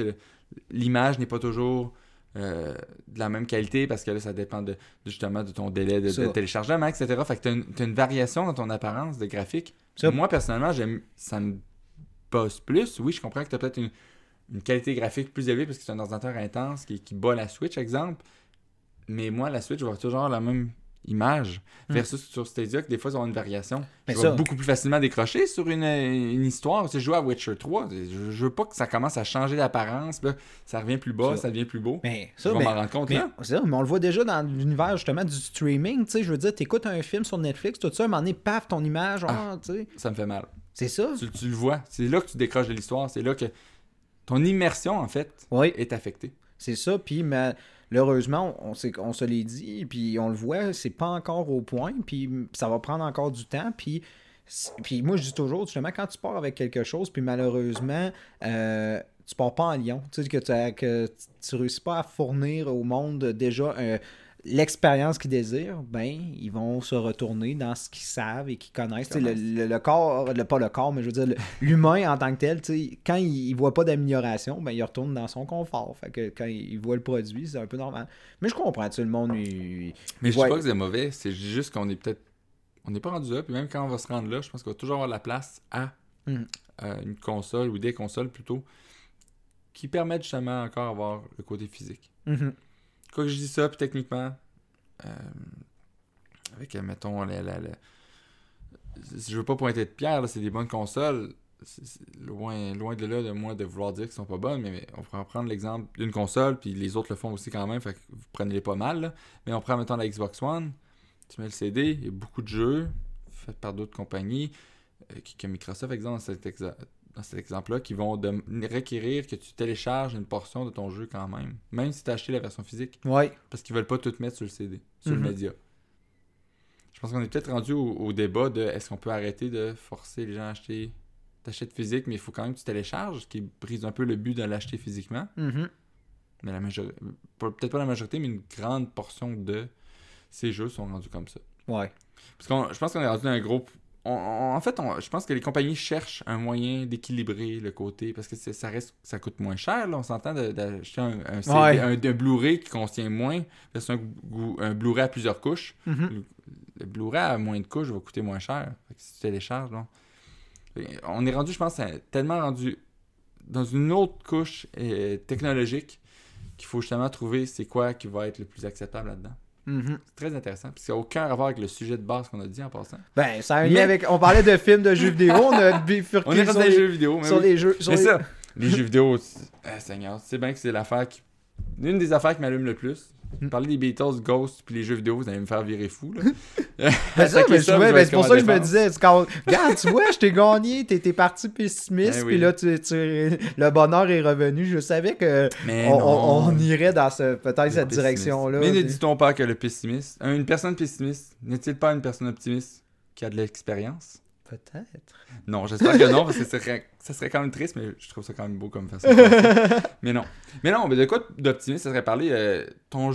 l'image n'est pas toujours de la même qualité parce que là, ça dépend justement de ton délai de téléchargement, etc. Fait que t'as une variation dans ton apparence de graphique. Moi, personnellement, ça me bosse plus. Oui, je comprends que t'as peut-être une qualité graphique plus élevée parce que c'est un ordinateur intense qui bat la Switch, exemple. Mais moi, la Switch, je vais toujours avoir la même image versus sur Stadia, que des fois, ils ont une variation. Je vais beaucoup plus facilement décrocher sur une histoire. Si je joue à Witcher 3, je veux pas que ça commence à changer d'apparence. Là, ça revient plus bas, ça devient plus beau. Mais je vais m'en rendre compte là. Mais on le voit déjà dans l'univers justement du streaming. Tu sais, je veux dire, t'écoutes un film sur Netflix, tout ça, à un moment donné, paf, ton image, tu sais. Ça me fait mal. C'est ça. Tu le vois. C'est là que tu décroches de l'histoire. C'est là que ton immersion, en fait, est affectée. C'est ça. Puis malheureusement, on se l'est dit, puis on le voit, c'est pas encore au point, puis ça va prendre encore du temps, puis moi je dis toujours, justement, quand tu pars avec quelque chose, puis malheureusement, tu pars pas en lion, tu sais, que tu réussis pas à fournir au monde déjà l'expérience qu'ils désirent, ben, ils vont se retourner dans ce qu'ils savent et qu'ils connaissent. Le corps, pas le corps, mais je veux dire, l'humain en tant que tel, quand il voit pas d'amélioration, ben, il retourne dans son confort. Fait que quand il voit le produit, c'est un peu normal. Mais je comprends, le monde... Mais je dis pas que c'est mauvais, c'est juste qu'on est peut-être... On n'est pas rendu là, puis même quand on va se rendre là, je pense qu'on va toujours avoir la place à une console, ou des consoles plutôt, qui permettent justement encore d'avoir le côté physique. Quoi que je dis ça, puis techniquement, avec, mettons, je veux pas pointer de pierre, là, c'est des bonnes consoles. C'est loin de là de moi de vouloir dire qu'elles sont pas bonnes, mais on pourrait prendre l'exemple d'une console, puis les autres le font aussi quand même, fait que vous prenez-les pas mal. Là. Mais on prend, mettons, la Xbox One, tu mets le CD, il y a beaucoup de jeux faits par d'autres compagnies, que Microsoft, exemple, dans cet exemple-là, qui vont requérir que tu télécharges une portion de ton jeu quand même si tu as acheté la version physique. Ouais. Parce qu'ils veulent pas tout mettre sur le CD, sur le média. Je pense qu'on est peut-être rendu au débat de est-ce qu'on peut arrêter de forcer les gens à acheter. T'achètes physique, mais il faut quand même que tu télécharges, ce qui brise un peu le but de l'acheter physiquement. Mais la majorité, peut-être pas la majorité, mais une grande portion de ces jeux sont rendus comme ça. Ouais. Parce que je pense qu'on est rendu dans un gros... En fait, je pense que les compagnies cherchent un moyen d'équilibrer le côté, parce que ça coûte moins cher, là, on s'entend d'acheter un CD, un Blu-ray qui contient moins, c'est un Blu-ray à plusieurs couches. Le Blu-ray à moins de couches va coûter moins cher, fait que si tu télécharges, non. On est rendu, je pense, tellement rendu dans une autre couche technologique qu'il faut justement trouver c'est quoi qui va être le plus acceptable là-dedans. C'est très intéressant, parce que ça n'a aucun rapport avec le sujet de base qu'on a dit en passant. Ben, ça a un lien avec... On parlait de films, de jeux vidéo, on a bifurqué on est sur les jeux vidéo. Sur les jeux... Mais ça, les jeux vidéo, Seigneur, tu sais bien que c'est l'affaire qui... L'une des affaires qui m'allume le plus. Parler des Beatles, Ghost, puis les jeux vidéo, vous allez me faire virer fou, là. C'est pour ça que je me disais, regarde, tu vois, je t'ai gagné, t'es parti pessimiste, puis là, le bonheur est revenu. Je savais que on irait dans peut-être cette direction-là. Mais ne dit-on pas que le pessimiste, une personne pessimiste, n'est-il pas une personne optimiste qui a de l'expérience? Peut-être. Non, j'espère que non, parce que ça serait quand même triste, mais je trouve ça quand même beau comme façon. Mais non, mais de quoi d'optimiste, ça serait parler ton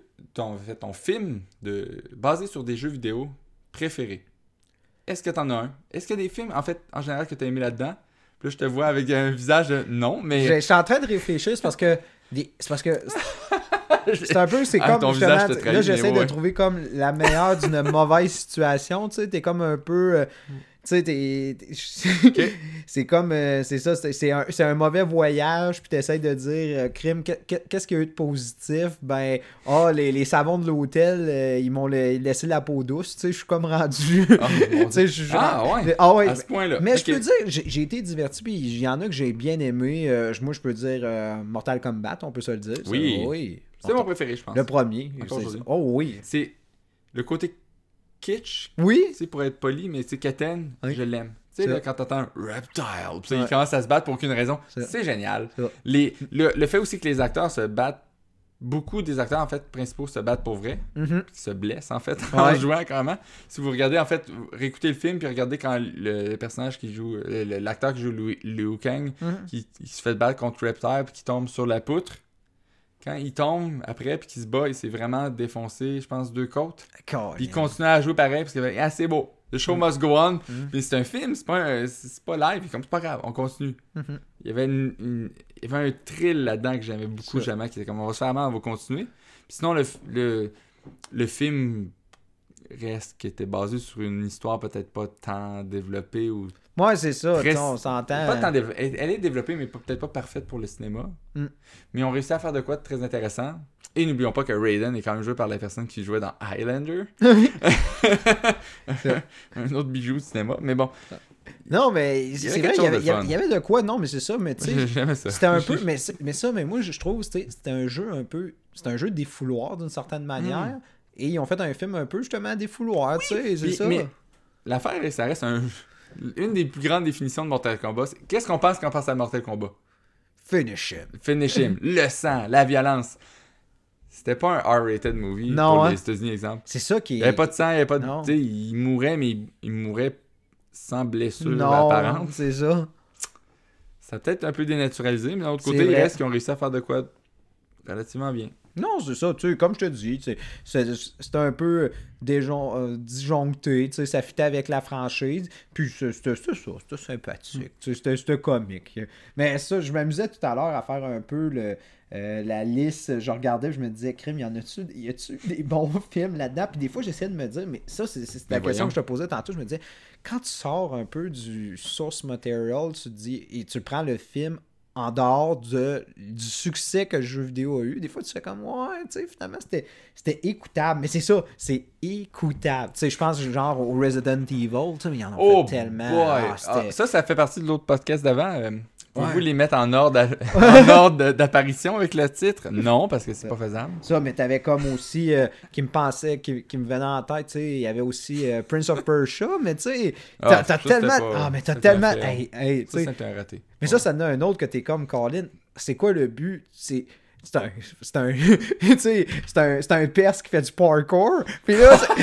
film basé sur des jeux vidéo préférés. Est-ce que t'en as un? Est-ce qu'il y a des films, en fait, en général, que t'as aimé là-dedans? Puis là, je te vois avec un visage de non, mais... Je suis en train de réfléchir, c'est parce que c'est un peu, c'est comme, ton justement, visage te trahit, là, j'essaie de trouver comme la meilleure d'une mauvaise situation, tu sais, t'es comme un peu... tu sais, c'est comme, c'est ça, c'est un mauvais voyage, puis t'essayes de dire, crime, qu'est-ce qu'il y a eu de positif? Ben, les savons de l'hôtel, ils m'ont laissé la peau douce, tu sais, je suis comme rendu... ouais, à ce point-là. Mais je peux dire, j'ai été diverti, puis il y en a que j'ai bien aimé. Moi, je peux dire Mortal Kombat, on peut se le dire. Oui. C'est mon préféré, je pense. Le premier. Oui. C'est le côté kitsch. Oui. Tu sais, pour être poli, mais c'est Katen, je l'aime. Tu sais, là, quand t'entends un reptile, puis il commence à se battre pour aucune raison, c'est génial. Le fait aussi que les acteurs se battent, beaucoup des acteurs, en fait, principaux se battent pour vrai, puis se blessent, en fait, en jouant, carrément. Si vous regardez, en fait, réécoutez le film, puis regardez quand le personnage qui joue, l'acteur qui joue Liu Kang, qui se fait battre contre Reptile, puis qui tombe sur la poutre. Quand il tombe après puis qu'il se bat, il s'est vraiment défoncé, je pense, 2 côtes. Puis il continue à jouer pareil parce que c'est beau. The show must go on. Puis c'est un film, c'est pas live. Comme c'est pas grave, on continue. Il y avait il y avait un thrill là-dedans que j'aimais beaucoup, jamais, qui était comme on va se faire mal, on va continuer. Puis sinon, le film reste qui était basé sur une histoire peut-être pas tant développée ou. Ouais, c'est ça, on s'entend. Pas tant elle est développée, mais peut-être pas parfaite pour le cinéma. Mais on réussit à faire de quoi de très intéressant. Et n'oublions pas que Raiden est quand même joué par la personne qui jouait dans Highlander. Un autre bijou de cinéma, mais bon. Non, mais c'est vrai, il y avait de quoi, non, mais c'est ça, mais tu sais, c'était un peu, mais moi, je trouve, c'était un jeu un peu, c'était un jeu de défouloir d'une certaine manière, et ils ont fait un film un peu, justement, défouloir, tu sais, c'est ça. Mais l'affaire, ça reste une des plus grandes définitions de Mortal Kombat. Qu'est-ce qu'on pense quand on pense à Mortal Kombat? Finish him. Le sang, la violence. C'était pas un R-rated movie pour les États-Unis, exemple. C'est ça qui est... Il n'y avait pas de sang, il n'y avait pas de... Tu sais, il mourait, mais il mourait sans blessure apparente. C'est ça. Ça a peut-être un peu dénaturalisé, mais d'un autre côté, il reste qu'ils ont réussi à faire de quoi relativement bien. Non, c'est ça, tu sais, comme je te dis, c'était un peu disjoncté, tu sais, ça fitait avec la franchise, puis c'était sympathique, c'était comique. Mais ça, je m'amusais tout à l'heure à faire un peu la liste, je regardais, je me disais, crime, y a-tu des bons films là-dedans? Puis des fois, j'essayais de me dire, mais ça, c'est la question que je te posais tantôt, je me disais, quand tu sors un peu du source material, tu te dis, et tu prends le film en dehors du succès que le jeu vidéo a eu, des fois tu fais comme ouais, tu sais, finalement c'était écoutable, mais c'est ça, c'est écoutable. Tu sais, je pense genre au Resident Evil, tu sais, mais ils en ont fait tellement. Ça fait partie de l'autre podcast d'avant. Pouvez-vous les mettre en ordre d'apparition avec le titre? Non, parce que c'est pas faisable. Ça, mais t'avais comme aussi, qui me venait en tête, tu sais, il y avait aussi Prince of Persia, mais tu sais, t'as tellement... mais t'as tellement... Hey, ça, c'est un raté. Mais ça en a un autre que t'es comme, Colin, c'est quoi le but? C'est un tu sais, c'est un perse qui fait du parkour. Puis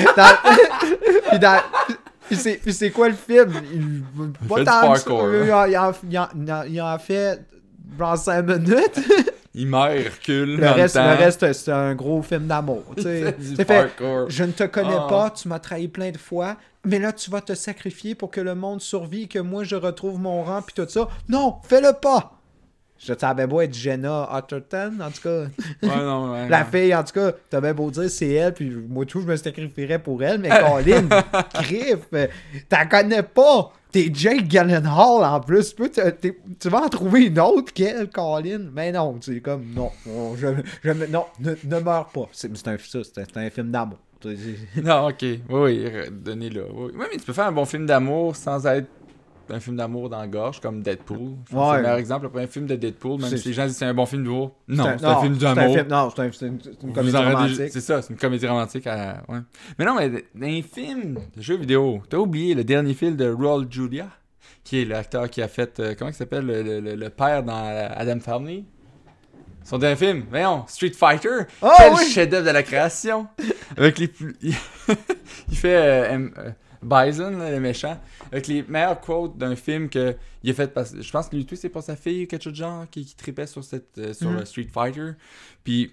là, puis c'est quoi le film? Il fait du parkour. Il en fait genre 5 minutes. Il meurt, recule. Le reste, c'est un gros film d'amour. Je ne te connais pas, tu m'as trahi plein de fois, mais là, tu vas te sacrifier pour que le monde survive, que moi, je retrouve mon rang, puis tout ça. Non, fais-le pas! Je savais beau être Jenna Utterton, en tout cas. La fille, en tout cas, t'as bien beau dire c'est elle, puis moi tout, je me sacrifierais pour elle, mais Colin, griffe, t'en connais pas! T'es Jake Gyllenhaal en plus, tu vas en trouver une autre qu'elle, Colin. Mais non, c'est comme, non, non, ne meurs pas. C'est un film d'amour. Non, ok, oui, donnez-le. Oui, mais tu peux faire un bon film d'amour sans être un film d'amour dans la gorge, comme Deadpool. C'est le meilleur exemple. Le premier film de Deadpool, même si les gens disent que c'est un bon film d'amour. Non, c'est un film d'amour. C'est une comédie romantique. C'est ça, c'est une comédie romantique. Ouais. Mais non, mais dans les films de jeux vidéo, t'as oublié le dernier film de Raul Julia, qui est l'acteur qui a fait, comment il s'appelle, le père dans Adam Family. Son dernier film, voyons, Street Fighter. Quel chef-d'œuvre de la création. Avec les plus... il fait... Bison, le méchant, avec les meilleurs quotes d'un film qu'il a fait. Je pense que lui, c'est pour sa fille, quelque chose de genre, qui tripait sur le Street Fighter. Puis.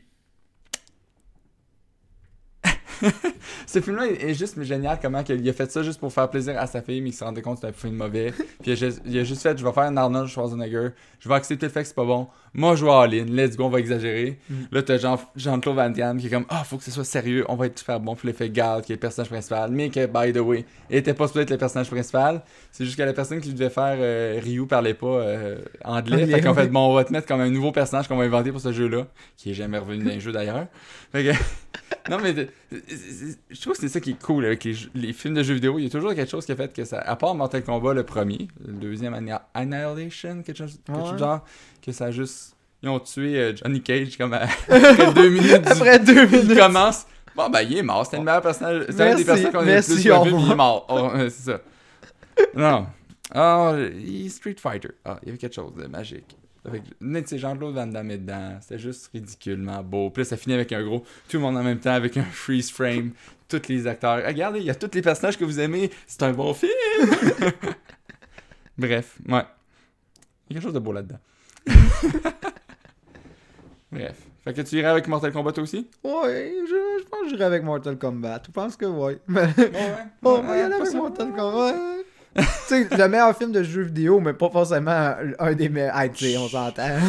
Ce film-là est juste génial, comment il a fait ça juste pour faire plaisir à sa fille, mais il se rendait compte que c'était un film mauvais. Puis il a juste fait, je vais faire un Arnold Schwarzenegger, je vais accepter le fait que c'est pas bon. Moi, je vais all-in, let's go, on va exagérer. Là, t'as Jean-Claude Van Damme qui est comme, faut que ce soit sérieux, on va être super bon. Puis il fait Gal, qui est le personnage principal, mais que, by the way, il était pas supposé être le personnage principal. C'est juste que la personne qui devait faire Ryu parlait pas anglais. Fait qu'en fait, bon, on va te mettre comme un nouveau personnage qu'on va inventer pour ce jeu-là, qui est jamais revenu dans les jeux d'ailleurs. Fait que. Non, mais je trouve que c'est ça qui est cool avec les films de jeux vidéo. Il y a toujours quelque chose qui a fait que ça, à part Mortal Kombat, le premier, le deuxième, Annihilation, quelque chose de genre, que ça a juste. Ils ont tué Johnny Cage comme après 2 minutes. Après 2 minutes. Il commence. Bon, ben, il est mort. C'était le meilleur personnage. C'est un des personnages qu'on a le plus vu, il est mort. C'est ça. Non. Street Fighter. Il y avait quelque chose de magique. Avec Jean-Claude Van Damme est dedans, c'était juste ridiculement beau. Puis là, ça finit avec un gros, tout le monde en même temps, avec un freeze frame, tous les acteurs. Regardez, il y a tous les personnages que vous aimez, c'est un bon film! Bref, ouais. Il y a quelque chose de beau là-dedans. Bref. Fait que tu irais avec Mortal Kombat aussi? Ouais, je pense que j'irai avec Mortal Kombat. Je pense que ouais. Ouais. On va y aller avec Mortal Kombat. Tu sais, le meilleur film de jeux vidéo, mais pas forcément un des meilleurs. Ah, tu sais, on s'entend.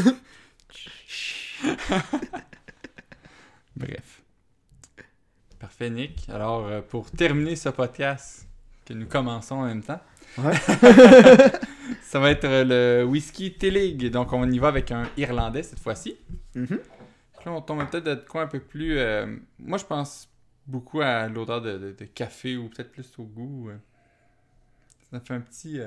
Bref. Parfait, Nick. Alors, pour terminer ce podcast que nous commençons en même temps, Ouais. ça va être le whisky Telig. Donc, on y va avec un Irlandais cette fois-ci. Mm-hmm. Là, on tombe peut-être de quoi un peu plus... moi, je pense beaucoup à l'odeur de café ou peut-être plus au goût. Ça fait un petit...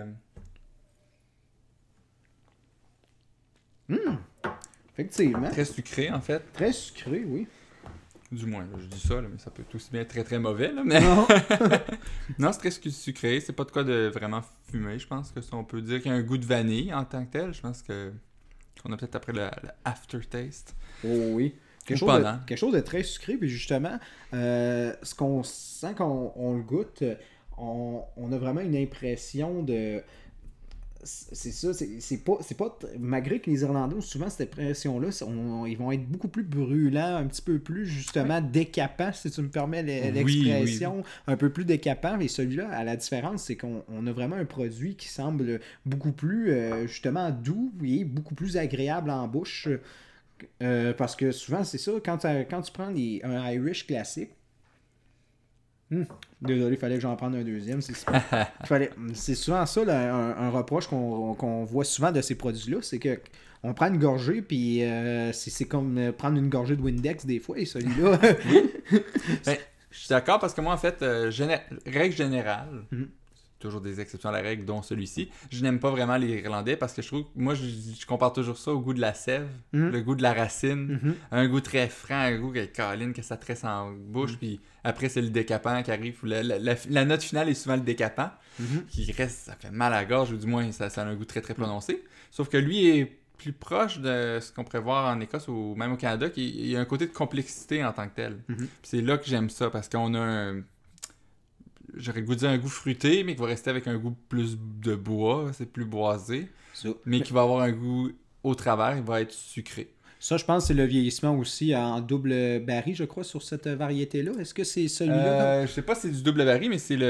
Effectivement. très sucré, en fait. Très sucré, oui. Du moins, là, je dis ça, là, mais ça peut tout aussi bien être très très mauvais. Là, mais... Non. non, c'est très sucré. C'est pas de quoi de vraiment fumé. Je pense que ça, on peut dire qu'il y a un goût de vanille en tant que tel. Je pense qu'on a peut-être après le aftertaste. Oh oui. Quelque chose de très sucré, puis justement, ce qu'on sent quand on le goûte, on a vraiment une impression de... C'est ça, c'est pas malgré que les Irlandais ont souvent cette impression-là, ils vont être beaucoup plus brûlants, un petit peu plus justement décapants, si tu me permets l'expression, oui. Un peu plus décapant. Et celui-là, à la différence, c'est qu'on a vraiment un produit qui semble beaucoup plus justement doux et beaucoup plus agréable en bouche. Parce que souvent, c'est ça, quand tu prends un Irish classique, désolé, il fallait que j'en prenne un deuxième. C'est souvent ça, là, un reproche qu'on voit souvent de ces produits-là, c'est que on prend une gorgée, puis c'est comme prendre une gorgée de Windex des fois, et celui-là... Ben, je suis d'accord, parce que moi, en fait, règle générale... toujours des exceptions à la règle, dont celui-ci. Je n'aime pas vraiment les Irlandais parce que je trouve, moi, je compare toujours ça au goût de la sève, le goût de la racine, un goût très franc, un goût que ça tresse en bouche, puis après, c'est le décapant qui arrive. La note finale est souvent le décapant, qui reste, ça fait mal à la gorge, ou du moins, ça a un goût très, très prononcé. Sauf que lui est plus proche de ce qu'on pourrait voir en Écosse ou même au Canada, il y a un côté de complexité en tant que tel. Puis c'est là que j'aime ça, parce qu'on a j'aurais le goût de dire un goût fruité, mais qui va rester avec un goût plus de bois, c'est plus boisé, mais qui va avoir un goût au travers, il va être sucré. Ça, je pense que c'est le vieillissement aussi en double baril, je crois, sur cette variété-là. Est-ce que c'est celui-là? Je sais pas si c'est du double baril, mais c'est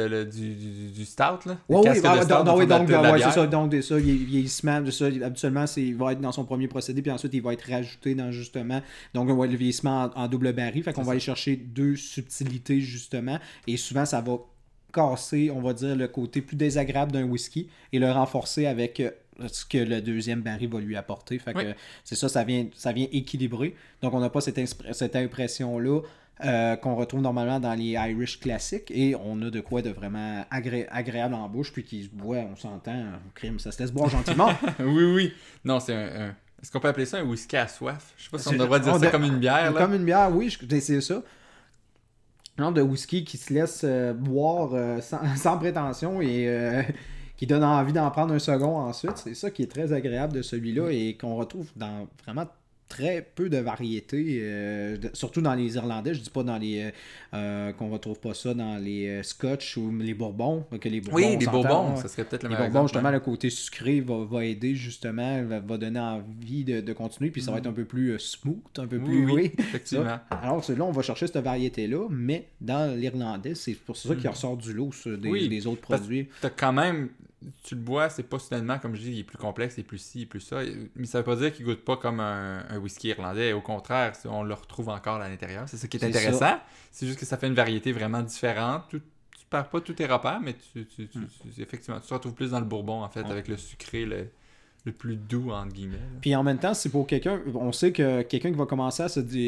du stout, là. Oui, c'est ça. Donc, ça, vieillissement, de ça, habituellement, il va être dans son premier procédé, puis ensuite, il va être rajouté dans, justement, donc, on va le vieillissement en double baril. Fait qu'on va aller chercher deux subtilités, justement, et souvent, ça va casser, on va dire, le côté plus désagréable d'un whisky et le renforcer avec... ce que le deuxième baril va lui apporter. Fait que c'est ça vient équilibrer. Donc, on n'a pas cette impression-là qu'on retrouve normalement dans les Irish classiques et on a de quoi de vraiment agréable en bouche puis qui se boit, on s'entend, crime, ça se laisse boire gentiment. Oui. Non, c'est un... Est-ce qu'on peut appeler ça un whisky à soif? Je sais pas si on devrait dire ça comme une bière. Là. Comme une bière, oui, c'est ça. Un genre de whisky qui se laisse boire sans prétention et... qui donne envie d'en prendre un second ensuite. C'est ça qui est très agréable de celui-là et qu'on retrouve dans vraiment très peu de variétés, surtout dans les Irlandais. Je dis pas dans les qu'on retrouve pas ça dans les Scotch ou les Bourbons. Que les Bourbons, oui, les Bourbons, ça serait peut-être le meilleur exemple. Les Bourbons, justement, le côté sucré va aider justement, va donner envie de continuer, puis ça va être un peu plus smooth, un peu plus... Oui, effectivement. Alors, là, on va chercher cette variété-là, mais dans l'Irlandais, c'est pour ça qu'il ressort du lot des autres produits. T'as quand même... Tu le bois, c'est pas soudainement, comme je dis, il est plus complexe, il est plus ci, il est plus ça. Mais ça veut pas dire qu'il goûte pas comme un whisky irlandais. Au contraire, on le retrouve encore à l'intérieur. C'est ça qui est intéressant. Ça. C'est juste que ça fait une variété vraiment différente. Tu perds pas tous tes repères, mais effectivement, tu te retrouves plus dans le bourbon, en fait, avec le sucré, le plus doux, entre guillemets. Là. Puis en même temps, c'est pour quelqu'un... On sait que quelqu'un qui va commencer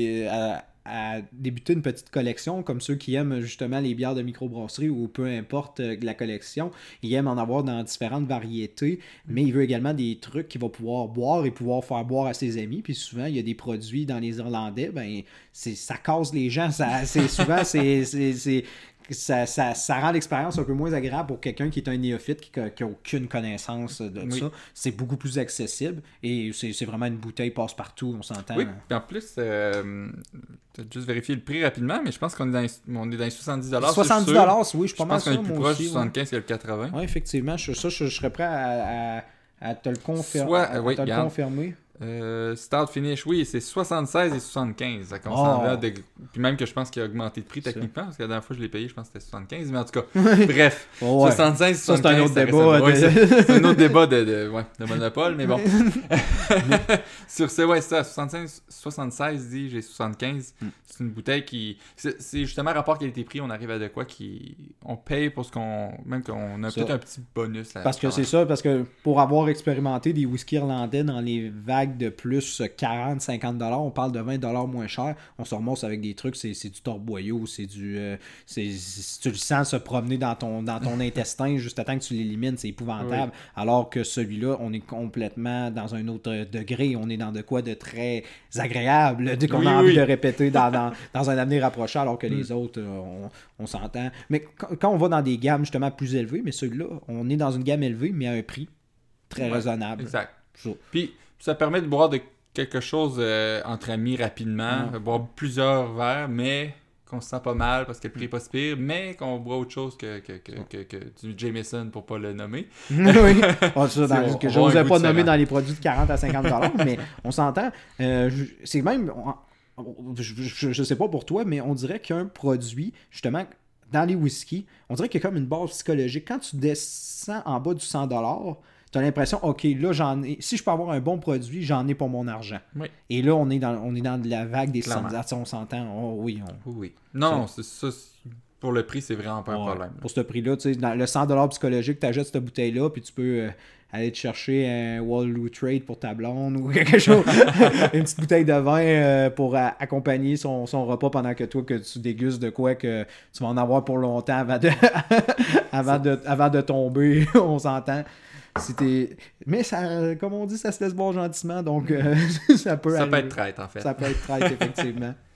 à débuter une petite collection, comme ceux qui aiment justement les bières de microbrasserie ou peu importe la collection, il aime en avoir dans différentes variétés, mais il veut également des trucs qu'il va pouvoir boire et pouvoir faire boire à ses amis. Puis souvent, il y a des produits dans les Irlandais, ça casse les gens. Ça rend l'expérience un peu moins agréable pour quelqu'un qui est un néophyte, qui n'a aucune connaissance de ça. C'est beaucoup plus accessible et c'est vraiment une bouteille passe-partout, on s'entend. Oui, puis en plus, tu as juste vérifié le prix rapidement, mais je pense qu'on est dans les 70$. 70$, oui, je suis pas mal sûr. Je pense qu'on est plus proche du 75$ que le 80$. Oui, effectivement, je serais prêt à te le confirmer. Confirmer. Start finish, oui, c'est 76 et 75. On s'en va de... Puis même que je pense qu'il a augmenté de prix techniquement, parce que la dernière fois que je l'ai payé, je pense que c'était 75. Mais en tout cas, bref, 76, 75. Ça, c'est un autre débat. C'est un autre débat de monopole, mais bon. Sur ce, ouais, c'est ça. 76, dit, j'ai 75. C'est une bouteille qui... C'est justement rapport qualité-prix, on arrive à de quoi on paye pour ce qu'on... Même qu'on a peut-être un petit bonus. Là, parce que c'est ça, parce que pour avoir expérimenté des whisky irlandais dans les vagues de plus 40-50$, on parle de 20$ moins cher, on se remonte avec des trucs, c'est du torboyau, c'est du... si tu le sens se promener dans ton intestin juste à temps que tu l'élimines, c'est épouvantable. Oui. Alors que celui-là, on est complètement dans un autre degré, on est dans de quoi de très agréable, qu'on a envie de répéter dans un avenir approché, alors que les autres, on s'entend. Mais quand on va dans des gammes justement plus élevées, mais celui-là, on est dans une gamme élevée, mais à un prix très raisonnable. Exact. Puis ça permet de boire de quelque chose entre amis rapidement, boire plusieurs verres, mais qu'on se sent pas mal parce que le prix est pas si pire, mais qu'on boit autre chose que du Jameson pour pas le nommer. Oui, que je n'osais pas nommer dans les produits de 40 à 50$, mais on s'entend. C'est même, je sais pas pour toi, mais on dirait qu'un produit, justement, dans les whiskies, on dirait qu'il y a comme une base psychologique. Quand tu descends en bas du 100$, tu as l'impression, OK, là, j'en ai. Si je peux avoir un bon produit, j'en ai pour mon argent. Oui. Et là, on est dans la vague des 100$. On s'entend. Oh, oui. Oui. Non, c'est ça. Pour le prix, c'est vraiment pas un problème. Pour ce prix-là, tu sais, dans le 100$ psychologique, tu achètes cette bouteille-là, puis tu peux aller te chercher un Wallow Trade pour ta blonde ou quelque chose. Une petite bouteille de vin pour accompagner son repas pendant que toi, que tu dégustes de quoi que tu vas en avoir pour longtemps avant de tomber. On s'entend. Mais ça, comme on dit, ça se laisse boire gentiment, donc ça peut être traite, en fait. Ça peut être traite, effectivement.